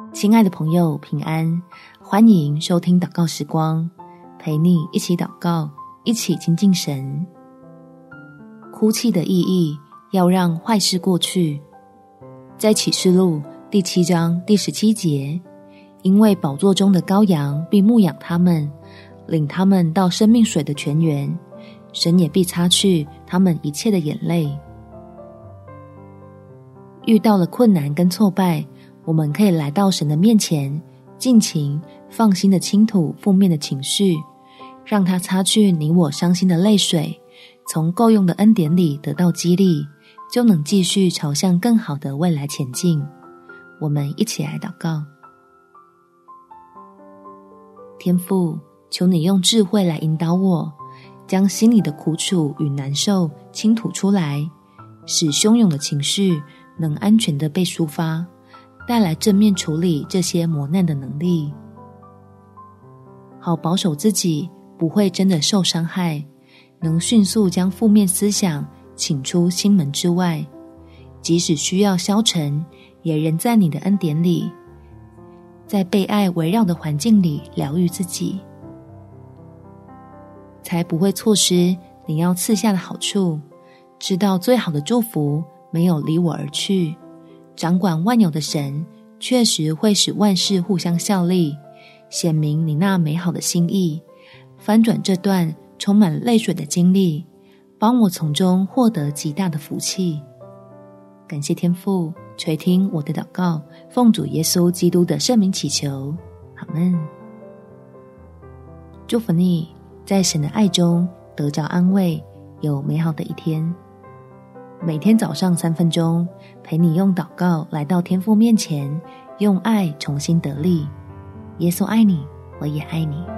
亲爱的朋友，平安，欢迎收听祷告时光，陪你一起祷告，一起亲近神。哭泣的意义，要让坏事过去。在启示录第7章第17节，因为宝座中的羔羊必牧养他们，领他们到生命水的泉源，神也必擦去他们一切的眼泪。遇到了困难跟挫败，我们可以来到神的面前，尽情放心的倾吐负面的情绪，让他擦去你我伤心的泪水，从够用的恩典里得到激励，就能继续朝向更好的未来前进。我们一起来祷告。天父，求你用智慧来引导我，将心里的苦楚与难受倾吐出来，使汹涌的情绪能安全地被抒发，带来正面处理这些磨难的能力，好保守自己不会真的受伤害，能迅速将负面思想请出心门之外，即使需要消沉，也仍在你的恩典里，在被爱围绕的环境里疗愈自己，才不会错失你要赐下的好处，知道最好的祝福没有离我而去，掌管万有的神确实会使万事互相效力，显明你那美好的心意，翻转这段充满泪水的经历，帮我从中获得极大的福气。感谢天父垂听我的祷告，奉主耶稣基督的圣名祈求，阿们。祝福你在神的爱中得着安慰，有美好的一天。每天早上3分钟，陪你用祷告来到天父面前，用爱重新得力。耶稣爱你，我也爱你。